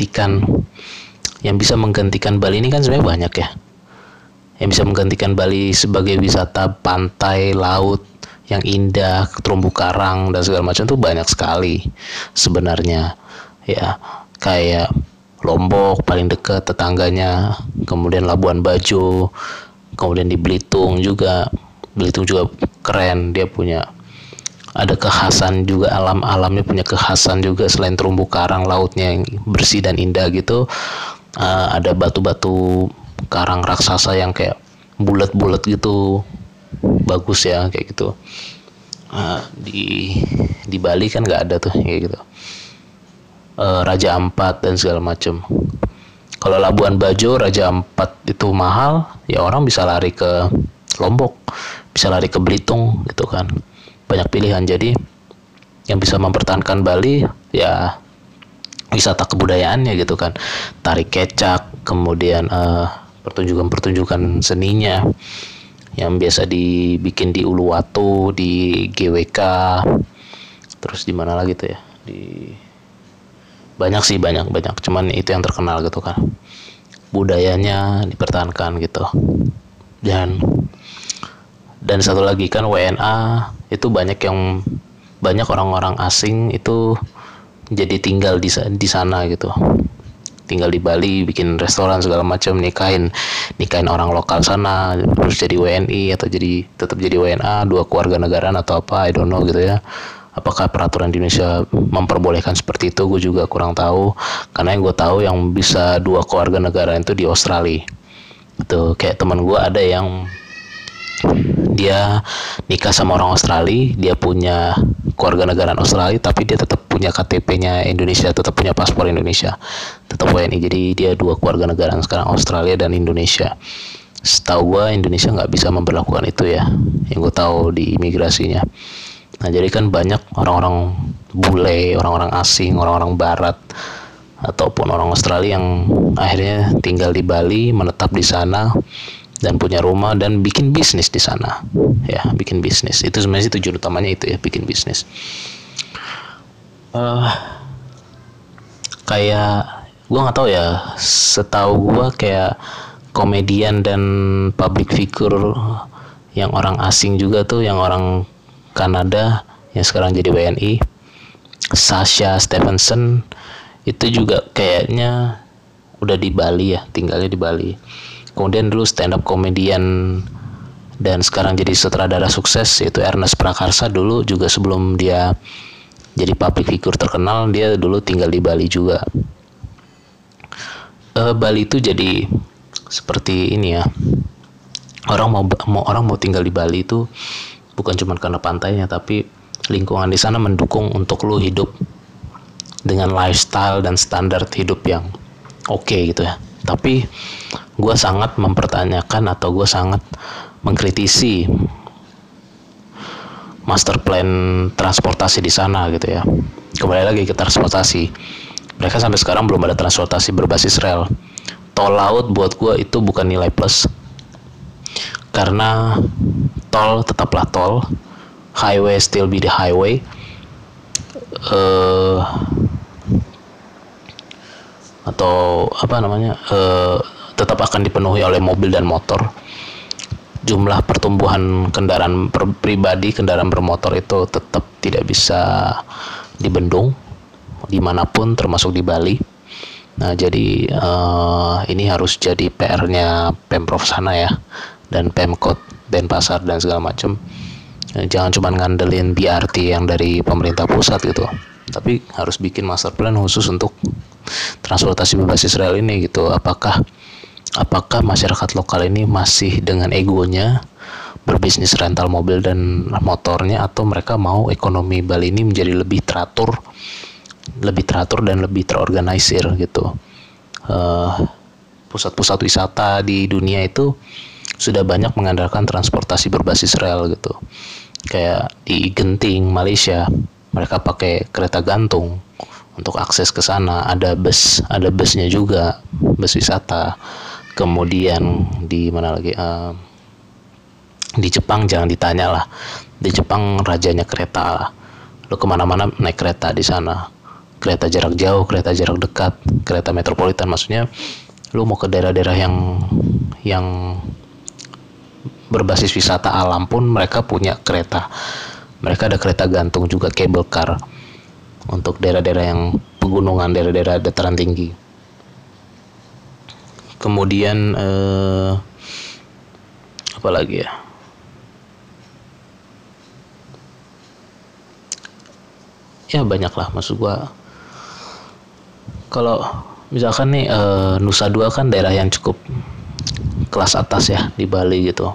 bisa menggantikan Bali ini kan sebenarnya banyak ya. Yang bisa menggantikan Bali sebagai wisata pantai, laut yang indah, terumbu karang dan segala macam tuh banyak sekali sebenarnya. Ya, kayak Lombok paling dekat tetangganya, kemudian Labuan Bajo, kemudian di Belitung juga keren, dia punya ada kekhasan juga, alamnya punya kekhasan juga selain terumbu karang, lautnya yang bersih dan indah gitu. Ada batu-batu karang raksasa yang kayak bulat-bulat gitu, bagus ya kayak gitu. Di Bali kan nggak ada tuh kayak gitu. Raja Ampat dan segala macam. Kalau Labuan Bajo, Raja Ampat itu mahal, ya orang bisa lari ke Lombok, bisa lari ke Belitung gitu kan. Banyak pilihan. Jadi yang bisa mempertahankan Bali ya wisata kebudayaannya gitu kan, tarik kecak, kemudian pertunjukan seninya yang biasa dibikin di Uluwatu, di GWK, terus di mana lagi tuh ya, banyak cuman itu yang terkenal gitu kan, budayanya dipertahankan gitu. Dan satu lagi kan WNA itu banyak orang-orang asing itu jadi tinggal di sana gitu, tinggal di Bali, bikin restoran segala macam, nikahin orang lokal sana, terus jadi WNI atau tetap jadi WNA, dua keluarga negaraan atau apa, I don't know gitu ya. Apakah peraturan di Indonesia memperbolehkan seperti itu, gue juga kurang tahu. Karena yang gue tahu yang bisa dua keluarga negaraan itu di Australia. Itu kayak teman gue ada yang dia nikah sama orang Australia, dia punya keluarga negaraan Australia, tapi dia tetap punya KTP-nya Indonesia, tetap punya paspor Indonesia, tetap WNI. Jadi dia dua keluarga negaraan sekarang, Australia dan Indonesia. Setahu gue Indonesia nggak bisa memperlakukan itu ya, yang gue tahu di imigrasinya. Nah jadi kan banyak orang-orang bule, orang-orang asing, orang-orang barat ataupun orang Australia yang akhirnya tinggal di Bali, menetap di sana dan punya rumah dan bikin bisnis di sana. Ya, bikin bisnis. Itu sebenarnya tujuan utamanya itu ya, bikin bisnis. Kayak gue nggak tahu ya, setahu gue kayak komedian dan public figure yang orang asing juga tuh, yang orang Kanada yang sekarang jadi WNI, Sasha Stephenson, itu juga kayaknya udah di Bali ya, tinggalnya di Bali. Kemudian dulu stand up komedian dan sekarang jadi sutradara sukses yaitu Ernest Prakarsa, dulu juga sebelum dia jadi public figure terkenal, dia dulu tinggal di Bali juga. Bali itu jadi seperti ini ya. Orang mau tinggal di Bali itu bukan cuma karena pantainya, tapi lingkungan di sana mendukung untuk lu hidup dengan lifestyle dan standar hidup yang oke gitu ya. Tapi gue sangat mempertanyakan atau gue sangat mengkritisi master plan transportasi di sana gitu ya. Kembali lagi ke transportasi, mereka sampai sekarang belum ada transportasi berbasis rel. Tol laut buat gue itu bukan nilai plus, karena tol tetaplah tol, highway still be the highway. Atau apa namanya, tetap akan dipenuhi oleh mobil dan motor. Jumlah pertumbuhan kendaraan pribadi, kendaraan bermotor itu tetap tidak bisa dibendung dimanapun, termasuk di Bali. Nah, jadi ini harus jadi PR-nya Pemprov sana ya, dan Pemkot Denpasar dan segala macam. Jangan cuma ngandelin BRT yang dari pemerintah pusat gitu, tapi harus bikin master plan khusus untuk transportasi berbasis rel ini gitu. Apakah masyarakat lokal ini masih dengan egonya berbisnis rental mobil dan motornya, atau mereka mau ekonomi Bali ini menjadi lebih teratur dan lebih terorganisir gitu. Pusat-pusat wisata di dunia itu sudah banyak mengandalkan transportasi berbasis rel gitu. Kayak di Genting, Malaysia, mereka pakai kereta gantung untuk akses ke sana. Ada busnya juga, bus wisata. Kemudian di mana lagi? Di Jepang jangan ditanya lah. Di Jepang rajanya kereta lah. Lo kemana-mana naik kereta di sana. Kereta jarak jauh, kereta jarak dekat, kereta metropolitan. Maksudnya lo mau ke daerah-daerah yang berbasis wisata alam pun mereka punya kereta. Mereka ada kereta gantung juga, cable car, untuk daerah-daerah yang pegunungan, daerah-daerah dataran tinggi. Kemudian apa lagi ya? Ya banyak lah, maksud gua. Kalau misalkan nih Nusa Dua kan daerah yang cukup kelas atas ya di Bali gitu.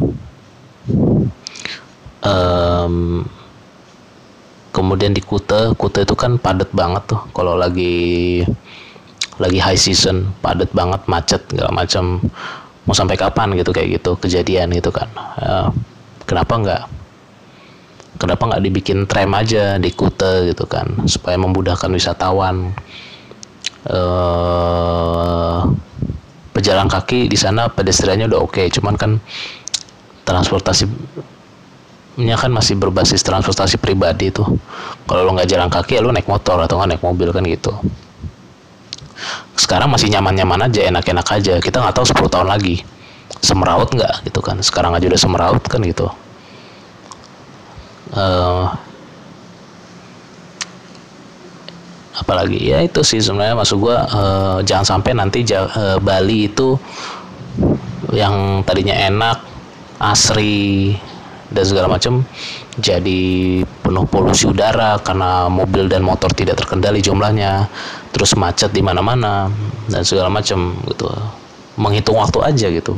Kemudian di Kuta itu kan padat banget tuh kalau lagi high season, padat banget, macet segala macam. Mau sampai kapan gitu kayak gitu kejadian gitu kan. Kenapa nggak dibikin tram aja di Kuta gitu kan, supaya memudahkan wisatawan. Pejalan kaki di sana pedestriannya udah oke, cuman kan transportasinya kan masih berbasis transportasi pribadi tuh. Kalau lo nggak jalan kaki ya lo naik motor atau nggak naik mobil kan gitu. Sekarang masih nyaman-nyaman aja, enak-enak aja. Kita nggak tahu 10 tahun lagi semeraut nggak gitu kan. Sekarang aja udah semeraut kan gitu. Apalagi ya itu sih sebenarnya, maksud gue jangan sampai nanti Bali itu yang tadinya enak, asri dan segala macam jadi penuh polusi udara karena mobil dan motor tidak terkendali jumlahnya, terus macet di mana-mana dan segala macam gitu. Menghitung waktu aja gitu.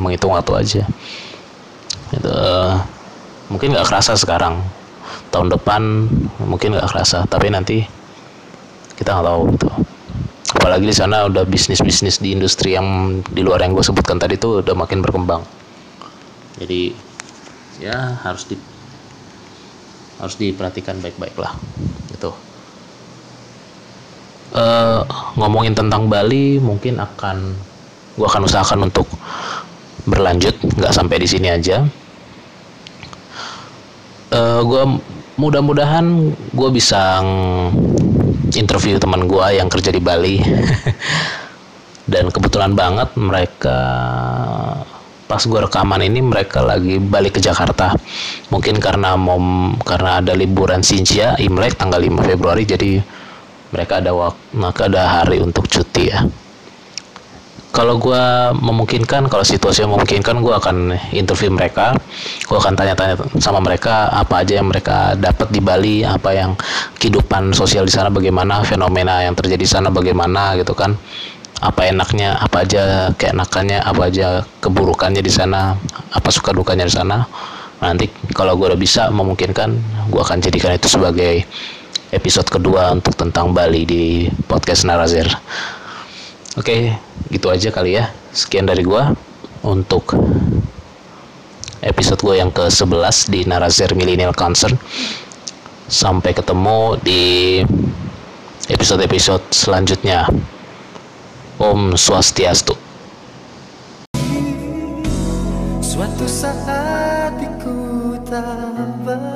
Gitu. Mungkin nggak kerasa sekarang, tahun depan mungkin nggak kerasa, tapi nanti kita nggak tahu gitu. Apalagi di sana udah bisnis di industri yang di luar yang gue sebutkan tadi tuh udah makin berkembang. Jadi ya harus diperhatikan baik-baik lah gitu. Ngomongin tentang Bali mungkin gue akan usahakan untuk berlanjut, nggak sampai di sini aja. Gue mudah-mudahan gue bisa interview teman gue yang kerja di Bali dan kebetulan banget mereka pas gue rekaman ini mereka lagi balik ke Jakarta. Mungkin karena ada liburan Xinjia Imlek tanggal 5 Februari, jadi mereka ada hari untuk cuti ya. Kalau situasi memungkinkan, gue akan interview mereka. Gue akan tanya-tanya sama mereka apa aja yang mereka dapat di Bali, apa yang kehidupan sosial di sana bagaimana, fenomena yang terjadi di sana bagaimana gitu kan. apa enaknya, apa aja keenakannya, apa aja keburukannya di sana, apa suka dukanya di sana. Nanti kalau gue udah bisa memungkinkan, gue akan jadikan itu sebagai episode kedua untuk tentang Bali di podcast Narazir. Oke, gitu aja kali ya. Sekian dari gue untuk episode gue yang ke-11 di Narazir Millennial Concern. Sampai ketemu di episode-episode selanjutnya. Om Swastiastu. Suatu saat ku tak